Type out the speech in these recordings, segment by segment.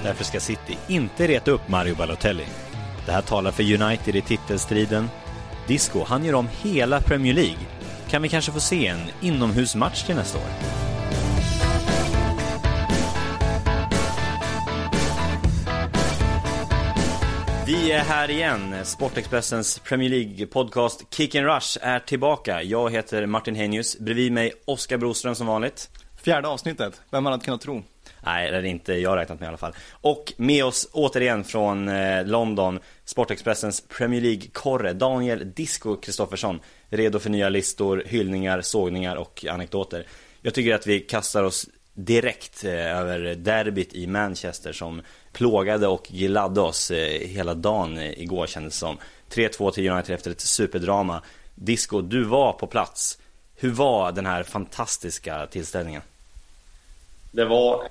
Därför ska City inte reta upp Mario Balotelli. Det här talar för United i titelstriden. Disco, han gör om hela Premier League. Kan vi kanske få se en inomhusmatch till nästa år? Vi är här igen. Sportexpressens Premier League-podcast Kick and Rush är tillbaka. Jag heter Martin Henius. Bredvid mig Oskar Broström som vanligt. 4:e avsnittet. Vem man hade kunnat tro? Nej, det är inte jag räknat med i alla fall. Och med oss återigen från London, Sportexpressens Premier League-korre, Daniel Disco Kristoffersson. Redo för nya listor, hyllningar, sågningar och anekdoter. Jag tycker att vi kastar oss direkt över derbyt i Manchester som plågade och gladde oss hela dagen igår, kändes som. 3-2 till United efter ett superdrama. Disco, du var på plats. Hur var den här fantastiska tillställningen? Det var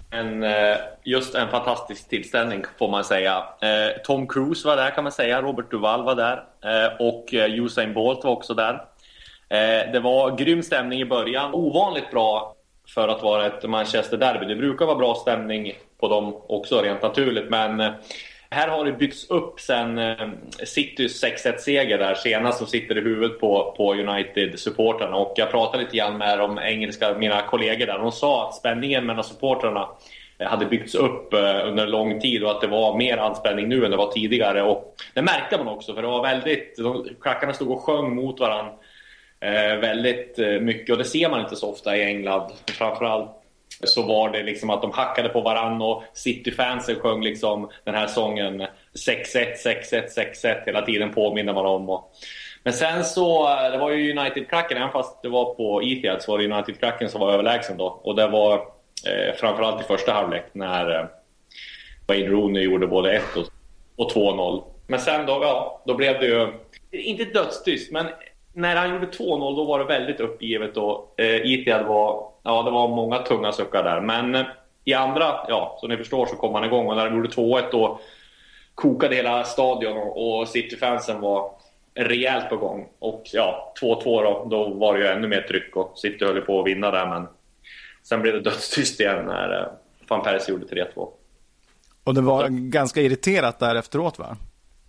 just en fantastisk tillställning får man säga. Tom Cruise var där kan man säga, Robert Duvall var där och Usain Bolt var också där. Det var grym stämning i början, ovanligt bra för att vara ett Manchester derby. Det brukar vara bra stämning på dem också rent naturligt, men här har det byggts upp sen Citys 6-1-seger där senast, som sitter i huvudet på United-supporterna. Och jag pratade lite grann med de engelska, mina kollegor där. De sa att spänningen mellan supporterna hade byggts upp under lång tid och att det var mer anspänning nu än det var tidigare. Och det märkte man också, för det var väldigt, klackarna stod och sjöng mot varandra väldigt mycket. Och det ser man inte så ofta i England. Framförallt så var det liksom att de hackade på varann och City-fansen sjöng liksom den här sången 6-1, 6-1, 6-1 hela tiden, påminner man om. Men sen så, det var ju United-klacken, även fast det var på Etihad så var det United-klacken som var överlägsen då. Och det var framförallt i första halvlek när Wayne Rooney gjorde både 1 och 2-0. Men sen då, ja, då blev det ju inte dödstyst, men när han gjorde 2-0 då var det väldigt uppgivet och Etihad var, ja, det var många tunga suckar där. Men i andra, ja, som ni förstår så kom han igång, och när han gjorde 2-1 då kokade hela stadion och City-fansen var rejält på gång. Och ja, 2-2 då var det ju ännu mer tryck och City höll på att vinna där, men sen blev det dödstyst igen när Van Persie gjorde 3-2. Och det var ganska irriterat där efteråt, va?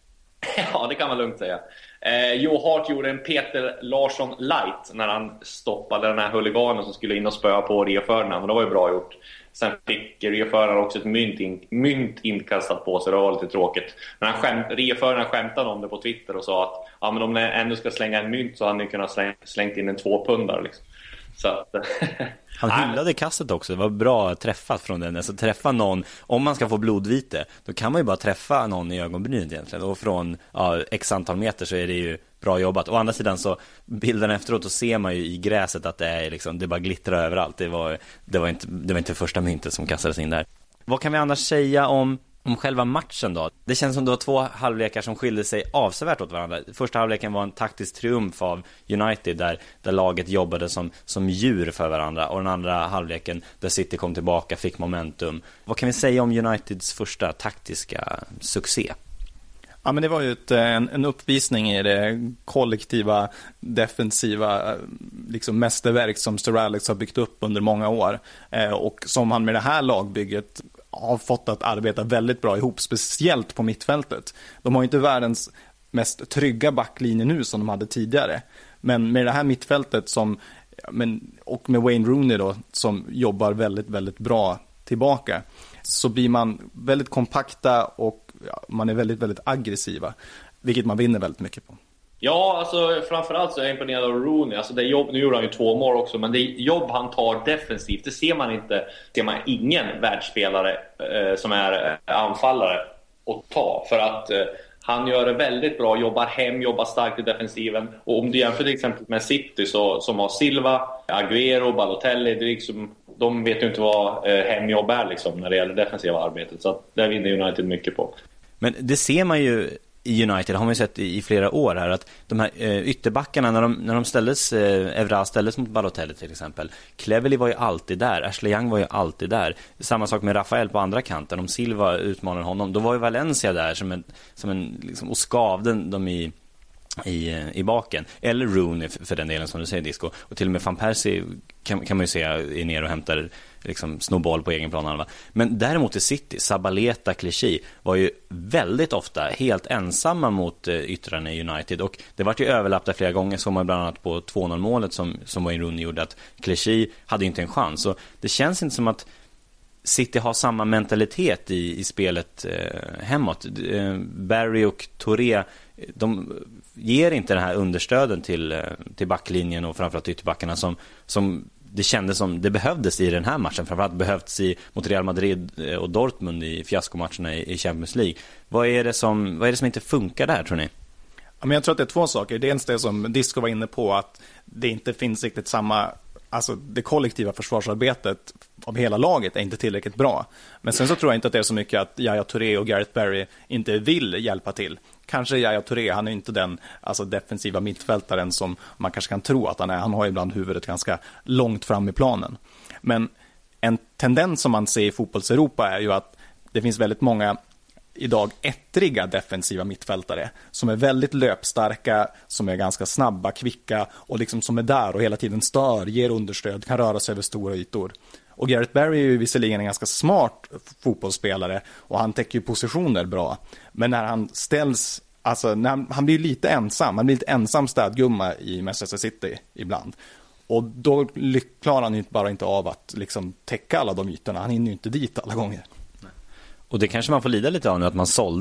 Ja, det kan man lugnt säga. Joe Hart gjorde en Peter Larsson light när han stoppade den här huliganen som skulle in och spöa på Rio-förarna, men det var ju bra gjort. Sen fick Rio-förarna också ett mynt inkastat på sig, det var lite tråkigt. Men Rio-förarna skämtade om det på Twitter och sa att ja, men om ni ändå ska slänga en mynt så hade ni kunnat slängt in en 2-pundare liksom. Så att, han hyllade kastet också, det var bra träffat från den. Alltså träffa någon, om man ska få blodvite, då kan man ju bara träffa någon i ögonbrynet egentligen. Och från x antal meter så är det ju bra jobbat. Å andra sidan så, bilden efteråt, så ser man ju i gräset att det är liksom, det bara glittrar överallt. Det var inte första myntet som kastades in där. Vad kan vi annars säga om själva matchen då? Det känns som det var 2 halvlekar som skilde sig avsevärt åt varandra. Första halvleken var en taktisk triumf av United där laget jobbade som djur för varandra, och den andra halvleken där City kom tillbaka, fick momentum. Vad kan vi säga om Uniteds första taktiska succé? Ja, men det var ju en uppvisning i det kollektiva, defensiva liksom mästerverk som Sir Alex har byggt upp under många år, och som han med det här lagbygget har fått att arbeta väldigt bra ihop, speciellt på mittfältet. De har ju inte världens mest trygga backlinje nu som de hade tidigare, men med det här mittfältet och med Wayne Rooney då, som jobbar väldigt, väldigt bra tillbaka, så blir man väldigt kompakta och man är väldigt, väldigt aggressiva, vilket man vinner väldigt mycket på. Ja, alltså framförallt så är jag imponerad av Rooney. Alltså det jobb, nu gjorde han ju 2 mål också, men det jobb han tar defensivt, det ser man inte. Ser man ingen världsspelare som är anfallare att ta, för att han gör det väldigt bra, jobbar starkt i defensiven. Och om du jämför till exempel med City som har Silva, Agüero, Balotelli, det är liksom, de vet ju inte vad hemjobb är liksom, när det gäller defensiva arbetet. Så att där vinner United mycket på. Men det ser man ju i United, har man ju sett i flera år här, att de här ytterbackarna när de ställdes, Evra ställdes mot Balotelli till exempel, Cleverley var ju alltid där, Ashley Young var ju alltid där, samma sak med Rafael på andra kanten, om Silva utmanade honom, då var ju Valencia där som en liksom, och skavde dem i baken, eller Rooney för den delen som du säger, Disco, och till och med Van Persie kan man ju se är ner och hämtar liksom sno boll på egen plan. Men däremot i City, Zabaleta, Clichy var ju väldigt ofta helt ensamma mot yttrarna i United, och det var ju överlappta flera gånger, som man bland annat på 2-0 målet som Wayne Rooney gjorde, att Clichy hade inte en chans. Så det känns inte som att City har samma mentalitet i spelet hemåt. Barry och Touré, de ger inte den här understöden till backlinjen och framförallt ytterbackarna som det kändes som det behövdes i den här matchen. Framförallt behövts mot Real Madrid och Dortmund i fiaskomatcherna i Champions League. Vad är det som inte funkar där, tror ni? Ja, men jag tror att det är två saker. Dels det som Disco var inne på, att det inte finns riktigt samma, alltså det kollektiva försvarsarbetet av hela laget är inte tillräckligt bra. Men sen så tror jag inte att det är så mycket att Yaya Touré och Gareth Barry inte vill hjälpa till. Kanske Yaya Touré, han är inte den defensiva mittfältaren som man kanske kan tro att han är. Han har ibland huvudet ganska långt fram i planen. Men en tendens som man ser i fotbolls-Europa är ju att det finns väldigt många idag ettriga defensiva mittfältare som är väldigt löpstarka, som är ganska snabba, kvicka och liksom som är där och hela tiden stör, ger understöd, kan röra sig över stora ytor. Och Gareth Barry är ju visserligen en ganska smart fotbollsspelare och han täcker ju positioner bra. Men när han ställs, när han blir lite ensam, han blir lite ensam städgumma i Manchester City ibland. Och då klarar han ju bara inte av att liksom täcka alla de ytorna. Han hinner ju inte dit alla gånger. Och det kanske man får lida lite av nu, att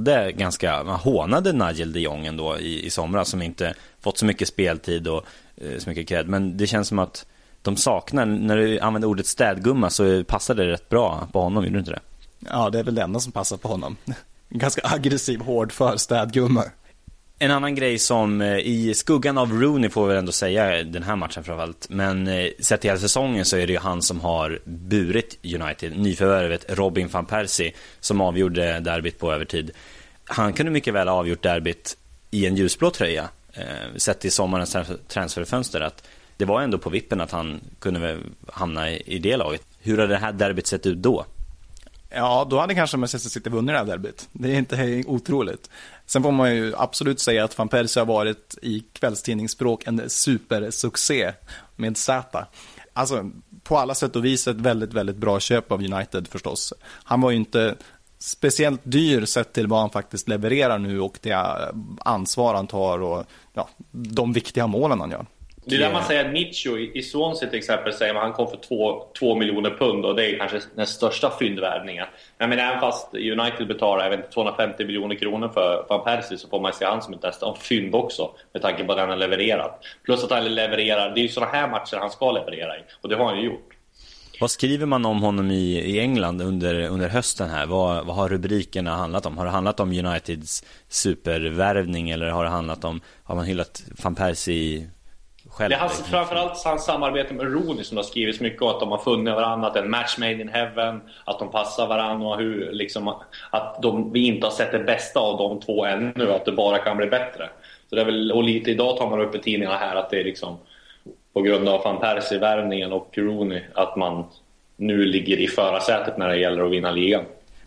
man hånade Nigel de Jong ändå i somras, som inte fått så mycket speltid och så mycket cred. Men det känns som att de saknar, när du använder ordet städgumma så passar det rätt bra på honom, gjorde du inte det? Ja, det är väl det enda som passar på honom. Ganska aggressiv, hård för städgumma. En annan grej som i skuggan av Rooney får vi ändå säga den här matchen framförallt, men sett i hela säsongen så är det ju han som har burit United, nyförvärvet Robin van Persie, som avgjorde derbyt på övertid. Han kunde mycket väl ha avgjort derbyt i en ljusblå tröja, sett i sommarens transferfönster, att det var ändå på vippen att han kunde hamna i det laget. Hur har det här derbyt sett ut då? Ja, då hade kanske Manchester City vunnit det här derbyt. Det är inte otroligt. Sen får man ju absolut säga att Van Persie har varit i kvällstidningsspråk en supersuccé med Z. Alltså på alla sätt och vis ett väldigt, väldigt bra köp av United förstås. Han var ju inte speciellt dyr sett till vad han faktiskt levererar nu och det ansvar han tar och de viktiga målen han gör. Det är där man säger att Micho i Swansea till exempel säger att han kom för 2 miljoner pund, och det är kanske den största fyndvärvningen. Men även fast United betalar 250 miljoner kronor för Van Persie, så får man se han som ett nästan fynd också, med tanke på att han har levererat. Plus att han levererar, det är ju sådana här matcher han ska leverera i, och det har han ju gjort. Vad skriver man om honom i England under hösten här? Vad har rubrikerna handlat om? Har det handlat om Uniteds supervärvning, eller har man hyllat Van Persie själv? Det är framförallt hans samarbete med Rooney som har skrivits mycket om, att de har funnit varandra, att en match made in heaven, att de passar varandra och hur liksom, att vi inte har sett det bästa av de två ännu, att det bara kan bli bättre. Så det är väl, och lite idag tar man upp i tidningarna här att det är liksom på grund av Van Persie-värvningen och Rooney att man nu ligger i förarsätet när det gäller att vinna ligan.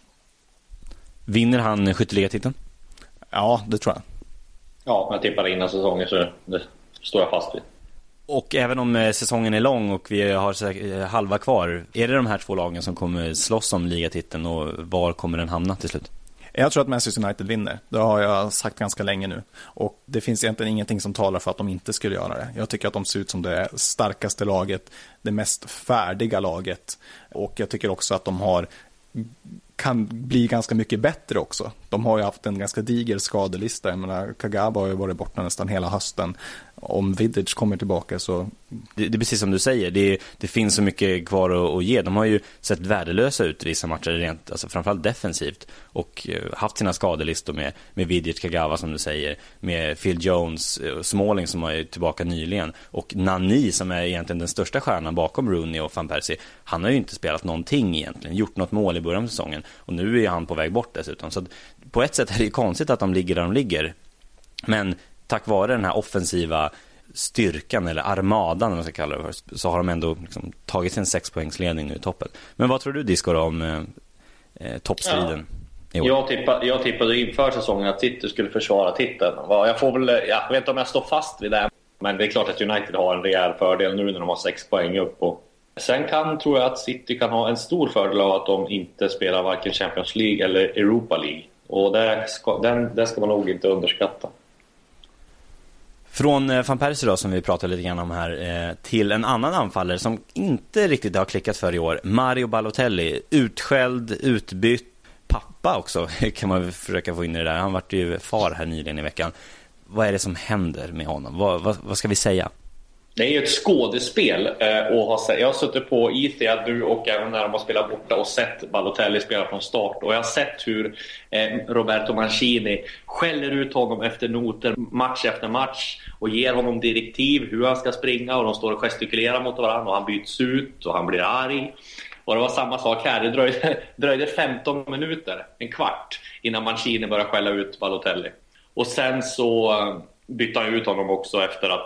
Vinner han skytteligatiteln? Ja, det tror jag. Ja, jag tippade innan säsongen, så det står jag fast vid. Och även om säsongen är lång och vi har halva kvar, är det de här två lagen som kommer slåss om ligatiteln, och var kommer den hamna till slut? Jag tror att Manchester United vinner. Det har jag sagt ganska länge nu. Och det finns egentligen ingenting som talar för att de inte skulle göra det. Jag tycker att de ser ut som det starkaste laget, det mest färdiga laget. Och jag tycker också att de kan bli ganska mycket bättre också. De har ju haft en ganska diger skadelista. Jag menar, Kagawa har ju varit borta nästan hela hösten. Om Vidic kommer tillbaka så... Det är precis som du säger. Det finns så mycket kvar att ge. De har ju sett värdelösa ut i vissa matcher, rent, alltså framförallt defensivt. Och haft sina skadelistor med Vidic, Kagawa som du säger. Med Phil Jones, Smalling som är tillbaka nyligen. Och Nani som är egentligen den största stjärnan bakom Rooney och Van Persie. Han har ju inte spelat någonting egentligen. Gjort något mål i början av säsongen. Och nu är han på väg bort dessutom. Så att på ett sätt är det ju konstigt att de ligger där de ligger. Men tack vare den här offensiva styrkan, eller armadan om man ska kalla det för, så har de ändå liksom tagit sin 6-poängsledning nu i toppen. Men vad tror du, Disco, om toppstriden? Ja. Jag tippade inför säsongen att City skulle försvara titeln. Jag vet inte om jag står fast vid det, men det är klart att United har en rejäl fördel nu när de har 6 poäng upp. Och Sen tror jag att City kan ha en stor fördel av att de inte spelar varken Champions League eller Europa League. Och det ska man nog inte underskatta. Från Van Persie då, som vi pratade lite grann om här, till en annan anfallare som inte riktigt har klickat för i år. Mario Balotelli, utskälld, utbytt, pappa också kan man försöka få in i det där. Han var ju far här nyligen i veckan. Vad är det som händer med honom? Vad ska vi säga? Det är ju ett skådespel och jag har suttit på Etihad nu och även när de har spelat borta och sett Balotelli spela från start. Och jag har sett hur Roberto Mancini skäller ut honom efter noter match efter match och ger honom direktiv hur han ska springa, och de står och gestikulerar mot varandra och han byts ut och han blir arg. Och det var samma sak här. Det dröjde 15 minuter, en kvart, innan Mancini började skälla ut Balotelli. Och sen så bytte han ut honom också efter att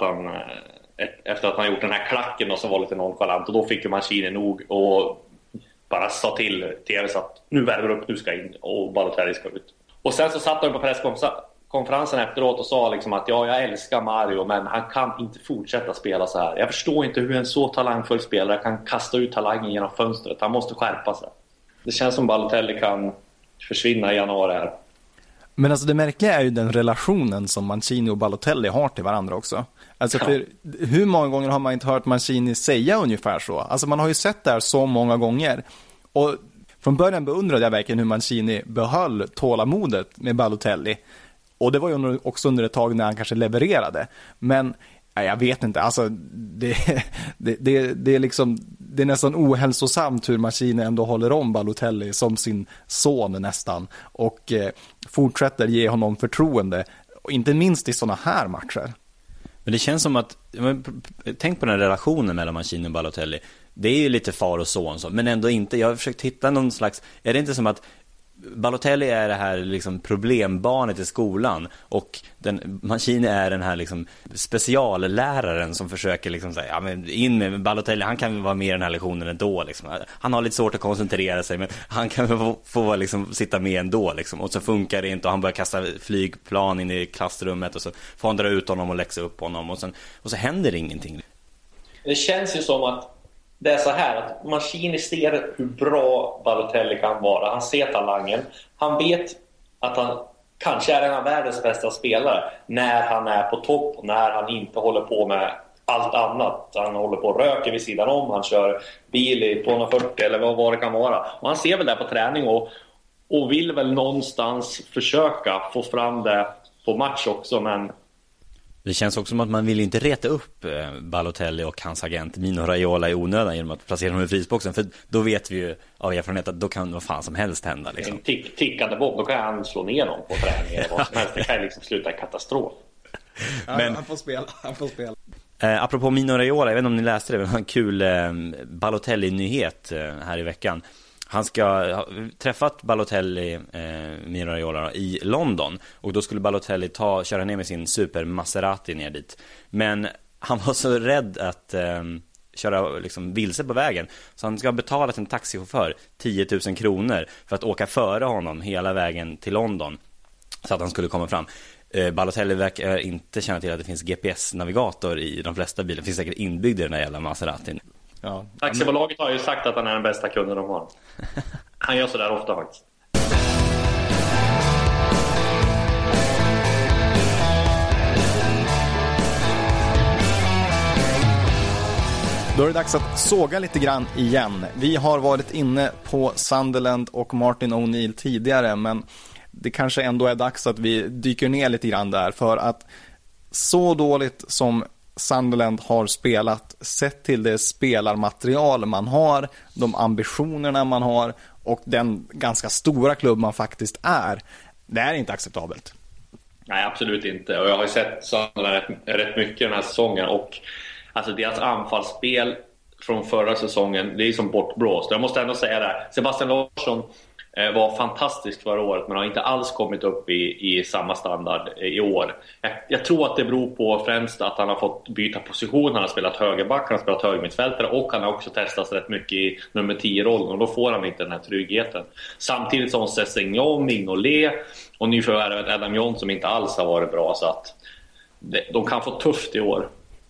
han gjort den här klacken och så var lite nonchalant, och då fick ju Mancini nog och bara sa till TV så att nu värmer upp, nu ska in och Balotelli ska ut. Och sen så satt han på presskonferensen efteråt och sa liksom att jag älskar Mario, men han kan inte fortsätta spela så här. Jag förstår inte hur en så talangfull spelare kan kasta ut talangen genom fönstret. Han måste skärpa sig. Det känns som Balotelli kan försvinna i januari här. Men alltså det märkliga är ju den relationen som Mancini och Balotelli har till varandra också. Alltså för hur många gånger har man inte hört Mancini säga ungefär så? Alltså man har ju sett det här så många gånger. Och från början beundrade jag verkligen hur Mancini behöll tålamodet med Balotelli. Och det var ju också under ett tag när han kanske levererade. Men jag vet inte, alltså det är liksom, det är nästan ohälsosamt hur Mancini ändå håller om Balotelli som sin son nästan, och fortsätter ge honom förtroende, och inte minst i såna här matcher. Men det känns som att, tänk på den relationen mellan Mancini och Balotelli. Det är ju lite far och son så, men ändå inte. Jag har försökt hitta någon slags, är det inte som att Balotelli är det här liksom problembarnet i skolan, och Mancini är den här liksom specialläraren som försöker liksom säga, ja men in med Balotelli, han kan vara med i den här lektionen ändå liksom. Han har lite svårt att koncentrera sig, men han kan få liksom sitta med ändå liksom. Och så funkar det inte och han börjar kasta flygplan in i klassrummet och så får han dra ut honom och läxa upp honom och så händer det ingenting. Det känns ju som att det är så här att Mancini ser hur bra Balotelli kan vara. Han ser talangen. Han vet att han kanske är en av världens bästa spelare när han är på topp och när han inte håller på med allt annat. Han håller på och röker vid sidan om. Han kör bil i 240 eller vad det kan vara. Och han ser väl det på träning och vill väl någonstans försöka få fram det på match också, men det känns också som att man vill inte reta upp Balotelli och hans agent Mino Raiola i onödan genom att placera dem i frysboxen, för då vet vi ju av erfarenhet att då kan vad fan som helst hända liksom. En tickande bomb, då kan han slå ner dem på träning eller vad som helst. Det kan liksom sluta i katastrof. Men han får spela. Apropå Mino Raiola, jag vet inte om ni läste det, det var en kul Balotelli-nyhet här i veckan. Han ska ha träffat Balotelli, Mino Raiola, i London, och då skulle Balotelli köra ner med sin super Maserati ner dit. Men han var så rädd att köra liksom vilse på vägen, så han ska ha betalat en taxichaufför 10 000 kronor för att åka före honom hela vägen till London så att han skulle komma fram. Balotelli verkar inte känna till att det finns GPS-navigator i de flesta bilar. Det finns säkert inbyggd i den där jävla Maseratin. Ja. Taxibolaget har ju sagt att han är den bästa kunden de har. Han gör så där ofta faktiskt. Då är det dags att såga lite grann igen. Vi har varit inne på Sunderland och Martin O'Neill tidigare, men det kanske ändå är dags att vi dyker ner lite grann där, för att så dåligt som Sunderland har spelat, sett till det spelarmaterial man har, de ambitionerna man har och den ganska stora klubb man faktiskt är, det är inte acceptabelt. Nej, absolut inte. Och jag har ju sett Sunderland rätt mycket den här säsongen, och alltså deras anfallsspel från förra säsongen, det är som bortblåst. Jag måste ändå säga det. Sebastian Larsson var fantastisk förra året, men har inte alls kommit upp i samma standard i år. Jag tror att det beror på främst att han har fått byta position. Han har spelat högerback, han har spelat högermittfältare, och han har också testat rätt mycket i nummer 10-rollen, och då får han inte den här tryggheten. Samtidigt som Sessegnon, Mignolet och nyförvärvet Adam Johnson som inte alls har varit bra, så att de kan få tufft i år.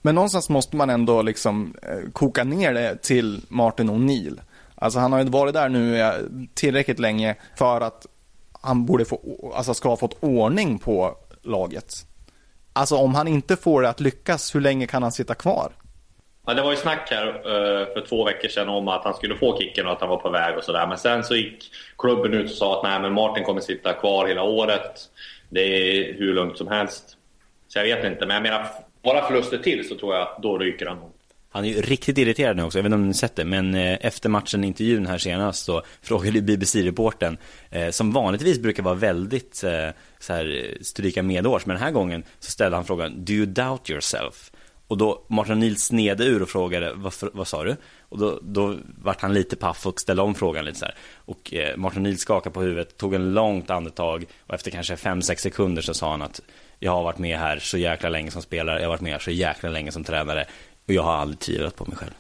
Men någonstans måste man ändå liksom koka ner det till Martin O'Neill. Alltså han har ju varit där nu tillräckligt länge för att han borde ska ha fått ordning på laget. Alltså om han inte får det att lyckas, hur länge kan han sitta kvar? Ja, det var ju snack här för 2 veckor sedan om att han skulle få kicken och att han var på väg och sådär. Men sen så gick klubben ut och sa att nej, men Martin kommer sitta kvar hela året. Det är hur lugnt som helst. Så jag vet inte, men jag menar, bara förluster till så tror jag då ryker han. Han är ju riktigt irriterad nu också, jag vet inte om ni sett det, men efter matchen, intervjun här senast, så frågade BBC-reporten, som vanligtvis brukar vara väldigt så här, stryka medårs, men den här gången så ställde han frågan, do you doubt yourself? Och då Martin O'Neill snedde ur och frågade, vad sa du? Och då vart han lite paff och ställde om frågan lite så här. Och Martin O'Neill skakade på huvudet, tog en långt andetag, och efter kanske 5-6 sekunder så sa han att jag har varit med här så jäkla länge som spelare, jag har varit med här så jäkla länge som tränare, och jag har aldrig tvivlat på mig själv.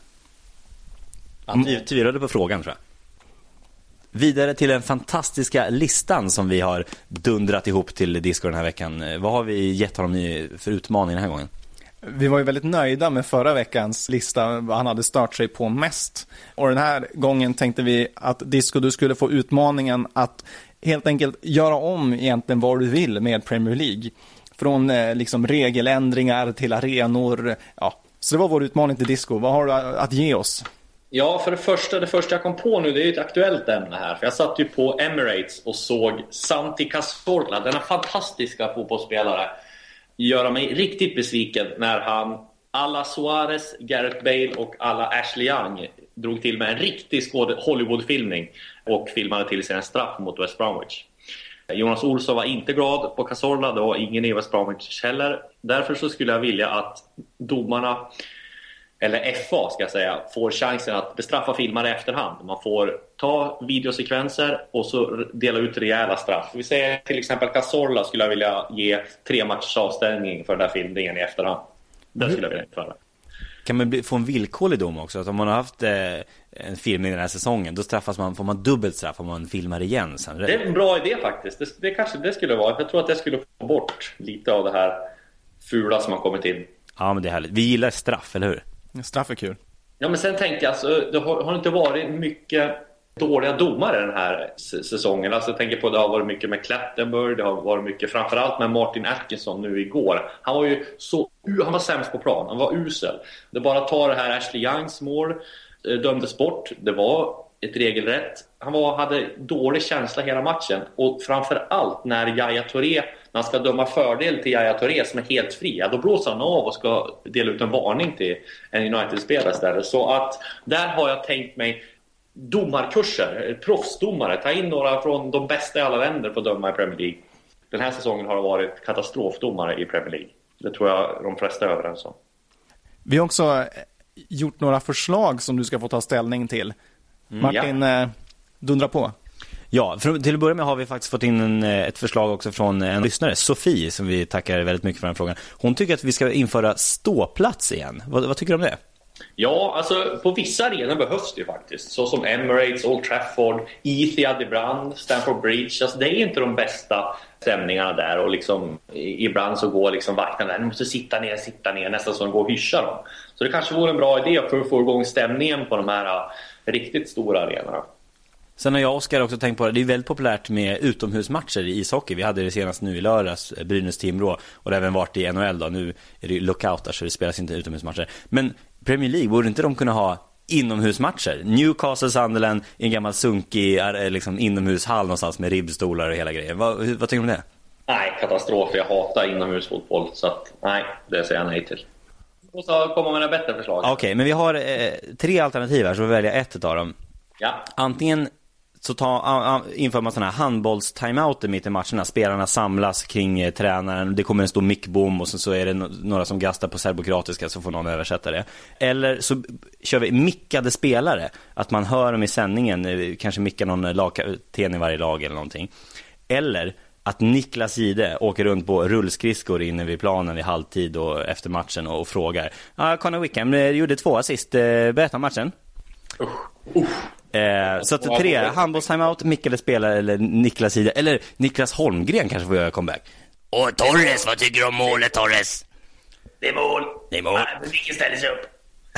Han tvivlade på frågan, tror jag. Vidare till den fantastiska listan som vi har dundrat ihop till Disco den här veckan. Vad har vi gett honom för utmaning den här gången? Vi var ju väldigt nöjda med förra veckans lista, vad han hade stört sig på mest. Och den här gången tänkte vi att Disco, du skulle få utmaningen att helt enkelt göra om egentligen vad du vill med Premier League. Från liksom regeländringar till arenor. Ja. Så det var vår utmaning till Disco. Vad har du att ge oss? Ja, för det första jag kom på nu, det är ju ett aktuellt ämne här. För jag satt ju på Emirates och såg Santi Cazorla, denna fantastiska fotbollsspelare, göra mig riktigt besviken när han alla Suarez, Gareth Bale och alla Ashley Young drog till med en riktig Hollywood-filmning och filmade till sig en straff mot West Bromwich. Jonas Olsson var inte glad på Cazorla, det var ingen i West Bromwich heller. Därför så skulle jag vilja att domarna, eller FA ska jag säga, får chansen att bestraffa filmare i efterhand. Man får ta videosekvenser och så dela ut rejäla straff. Vi säger till exempel Cazorla skulle jag vilja ge 3 matchers avstängning för den här filmningen i efterhand. Det skulle jag vilja införa. Kan man få en villkorlig dom också? Att om man har haft en filmning den här säsongen, då straffas man, får man dubbelt straff om man filmar igen sen. Det är en bra idé faktiskt. Det kanske det skulle vara. Jag tror att det skulle få bort lite av det här fula som har kommit in. Ja, men det är härligt. Vi gillar straff, eller hur? Straff är kul. Ja, men sen tänker jag, alltså, det har inte varit mycket dåliga domare den här säsongen. Alltså, jag tänker på det har varit mycket med Clattenburg, det har varit mycket framförallt med Martin Atkinson nu igår. Han var sämst på plan, han var usel. Det bara tar det här Ashley Youngs mål, dömdes bort. Det var ett regelrätt. Han hade dålig känsla hela matchen. Och framförallt när Yaya Touré, när han ska döma fördel till Yaya Touré som är helt fri, då blåser han av och ska dela ut en varning till en United-spelare istället. Så att där har jag tänkt mig domarkurser, proffsdomare, ta in några från de bästa i alla länder på att döma i Premier League. Den här säsongen har det varit katastrofdomare i Premier League. Det tror jag de flesta är överens om. Vi har också gjort några förslag som du ska få ta ställning till. Martin, dundra på. Ja, till att börja med har vi faktiskt fått in ett förslag också från en lyssnare, Sofie, som vi tackar väldigt mycket för den frågan. Hon tycker att vi ska införa ståplats igen. Vad tycker du om det? Ja, alltså på vissa arenor behövs det ju faktiskt. Så som Emirates, Old Trafford, Etihad ibland, Stamford Bridge. Alltså det är inte de bästa stämningarna där. Och liksom, ibland så går liksom vakterna där, nu måste sitta ner, nästan som de går och hyschar dem. Så det kanske vore en bra idé för att få igång stämningen på de här riktigt stora arenorna. Sen har jag och Oskar också tänkt på det. Det är väldigt populärt med utomhusmatcher i ishockey. Vi hade det senast nu i lördags, Brynäs-Timrå. Och det har även varit i NHL då. Nu är det lockout där, så det spelas inte utomhusmatcher. Men Premier League, borde inte de kunna ha inomhusmatcher? Newcastle Sunderland i en gammal sunkig liksom, inomhushall någonstans med ribbstolar och hela grejen. Vad tycker du om det? Nej, katastrof. Jag hatar inomhusfotboll. Så att, nej, det säger jag nej till. Och så komma med några bättre förslag. Okej, men vi har 3 alternativ här, så vi väljer ett av dem. Ja. Antingen så inför man sådana här handbolls-timeouter mitt i matcherna. Spelarna samlas kring tränaren. Det kommer en stor mickbom och så är det några som gastar på serbokroatiska, så får någon översätta det. Eller så kör vi mickade spelare. Att man hör dem i sändningen. Kanske mickar någon lagkapten i varje lag eller någonting. Eller att Niklas Jihde åker runt på rullskridskor inne vid planen i halvtid och efter matchen och frågar: Conor Wickham gjorde 2 assist. Berätta om matchen. Så att 3, handbolls-timeout, mickade spelare eller Niklas Jihde. Eller Niklas Holmgren kanske får göra comeback. Och Torres, vad tycker du om målet, Torres? Det är mål. Nej, men vilken ställer sig upp.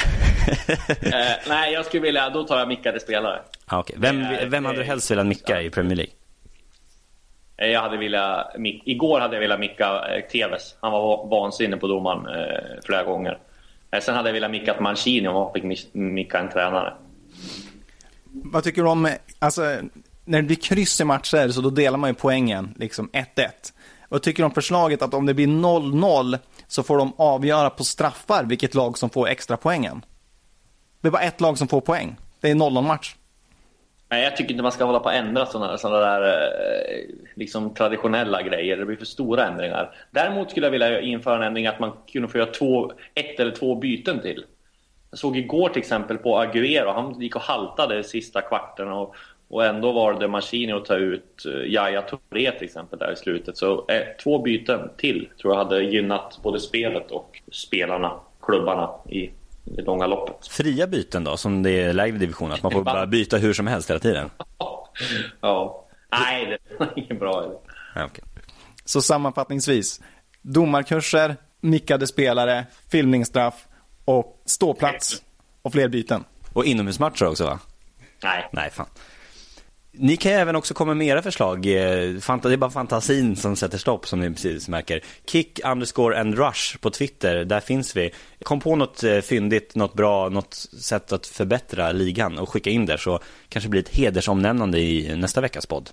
Nej, jag skulle vilja, då tar jag mickade spelare. Okay. Vem hade du helst velat micka i Premier League? Jag hade velat igår hade jag velat micka Tevez. Han var vansinnig på domaren flera gånger. Sen hade jag velat micka Mancini om han fick micka en tränare. Vad tycker du om, alltså, när det blir kryss i matcher så då delar man ju poängen, liksom 1-1. Vad tycker du om förslaget att om det blir 0-0 så får de avgöra på straffar vilket lag som får extra poängen? Det är bara ett lag som får poäng. Det är 0-0 match. Nej, jag tycker inte man ska hålla på att ändra sådana där liksom traditionella grejer. Det blir för stora ändringar. Däremot skulle jag vilja införa en ändring att man kunde få göra ett eller två byten till. Jag såg igår till exempel på Agüero. Han gick och haltade sista kvarten och ändå var det Mancini att ta ut Yaya Touré till exempel där i slutet. Så 2 byten till tror jag hade gynnat både spelet och spelarna, klubbarna i det långa loppet. Fria byten då, som det är lägre division, att man får bara byta hur som helst hela tiden. Ja, nej, det är ingen bra idé. Ja, okay. Så sammanfattningsvis, domarkurser, mickade spelare, filmningsstraff och ståplats och fler byten. Och inomhusmatcher också, va? Nej, fan. Ni kan även också komma med era förslag. Det är bara fantasin som sätter stopp, som ni precis märker. Kick_and_rush på Twitter, där finns vi. Kom på något fyndigt, något bra, något sätt att förbättra ligan och skicka in där, så kanske blir ett hedersomnämnande i nästa veckas podd.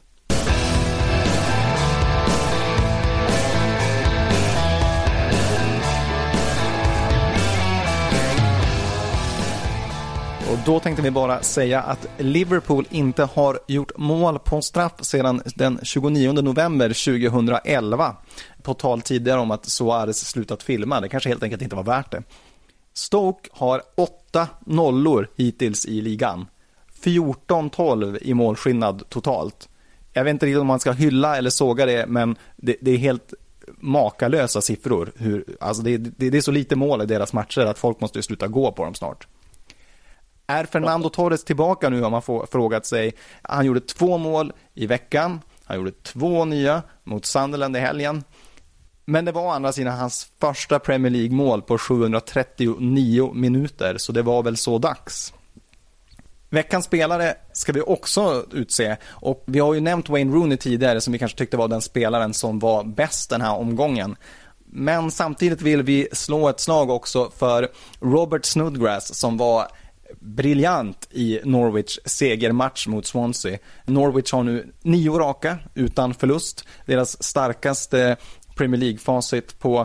Och då tänkte vi bara säga att Liverpool inte har gjort mål på straff sedan den 29 november 2011. På tal tidigare om att Suarez slutat filma. Det kanske helt enkelt inte var värt det. Stoke har 8 nollor hittills i ligan. 14-12 i målskillnad totalt. Jag vet inte riktigt om man ska hylla eller såga det, men det är helt makalösa siffror. Alltså det är så lite mål i deras matcher att folk måste sluta gå på dem snart. Är Fernando Torres tillbaka nu, har man frågat sig. Han gjorde 2 mål i veckan. Han gjorde 2 nya mot Sunderland i helgen. Men det var å andra sidan hans första Premier League-mål på 739 minuter. Så det var väl så dags. Veckans spelare ska vi också utse. Och vi har ju nämnt Wayne Rooney tidigare, som vi kanske tyckte var den spelaren som var bäst den här omgången. Men samtidigt vill vi slå ett slag också för Robert Snodgrass, som var briljant i Norwich segermatch mot Swansea. Norwich har nu 9 raka utan förlust. Deras starkaste Premier League-facit på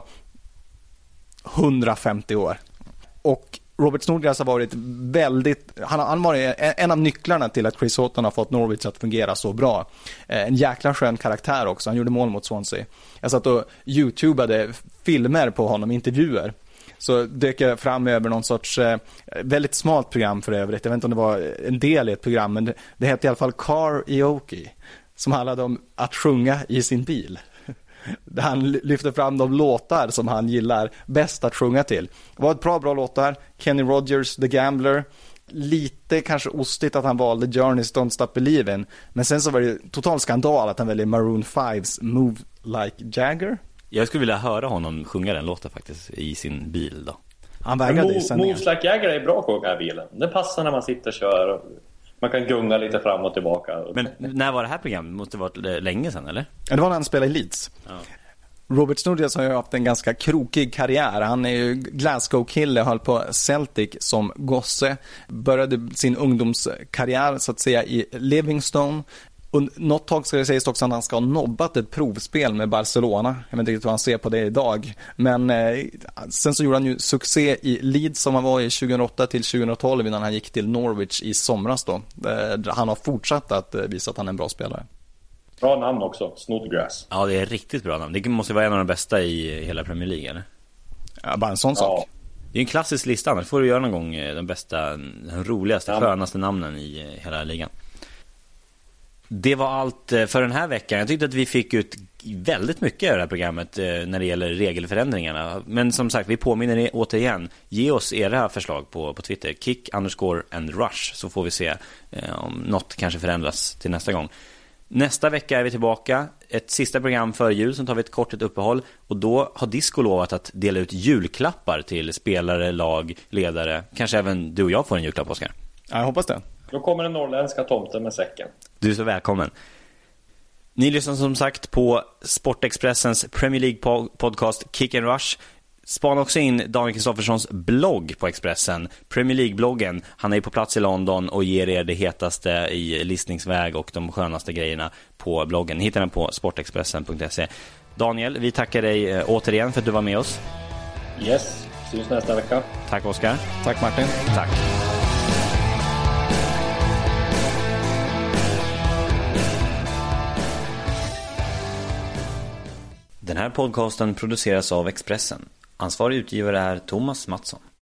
150 år. Och Robert Snodgrass har varit han varit en av nycklarna till att Chris Houghton har fått Norwich att fungera så bra. En jäkla skön karaktär också. Han gjorde mål mot Swansea. Jag satt och YouTubade filmer på honom, intervjuer. Så dök jag fram över någon sorts väldigt smalt program för övrigt. Jag vet inte om det var en del i ett program, men det hette i alla fall Karaoke, som handlade om att sjunga i sin bil. Där han lyfte fram de låtar som han gillar bäst att sjunga till. Det var ett bra låtar. Kenny Rogers, The Gambler. Lite kanske ostigt att han valde Journey's Don't Stop Believin'. Men sen så var det total skandal att han väljer Maroon 5's Move Like Jagger. Jag skulle vilja höra honom sjunga den låten faktiskt i sin bil då. Han vägrade i sändningen. Moves Like Jagger är bra att sjunga i bilen. Det passar när man sitter och kör. Man kan gunga lite fram och tillbaka. Men när var det här programmet? Måste det varit länge sedan, eller? Ja, det var när han spelade i Leeds. Ja. Robert Snodgrass har ju haft en ganska krokig karriär. Han är ju Glasgow-kille, höll på Celtic som gosse. Började sin ungdomskarriär så att säga i Livingstone. Och något tag ska det sägas också att han ska ha nobbat ett provspel med Barcelona. Jag vet inte riktigt vad han ser på det idag. Men sen så gjorde han ju succé i Leeds som han var i 2008 till 2012 innan han gick till Norwich i somras då. Han har fortsatt att visa att han är en bra spelare. Bra namn också, Snodgrass. Ja, det är riktigt bra namn. Det måste vara en av de bästa i hela Premier League, eller? Ja, bara en sån sak. Det är en klassisk lista, annars får du göra någon gång den bästa, den roligaste, skönaste namnen i hela ligan. Det var allt för den här veckan. Jag tyckte att vi fick ut väldigt mycket av det här programmet när det gäller regelförändringarna. Men som sagt, vi påminner er återigen. Ge oss era förslag på Twitter. Kick_and_rush, så får vi se om något kanske förändras till nästa gång. Nästa vecka är vi tillbaka. Ett sista program före jul, som tar vi ett kortet uppehåll. Och då har Disco lovat att dela ut julklappar till spelare, lag, ledare. Kanske även du och jag får en julklapp, Oskar. Ja, jag hoppas det. Då kommer den norrländska tomten med säcken. Du är så välkommen. Ni lyssnar som sagt på Sportexpressens Premier League-podcast Kick and Rush. Spana också in Daniel Kristofferssons blogg på Expressen, Premier League-bloggen. Han är på plats i London och ger er det hetaste i listningsväg och de skönaste grejerna på bloggen. Ni hittar den på sportexpressen.se. Daniel, vi tackar dig återigen för att du var med oss. Yes, syns nästa vecka. Tack Oskar. Tack Martin. Tack. Den här podcasten produceras av Expressen. Ansvarig utgivare är Thomas Mattsson.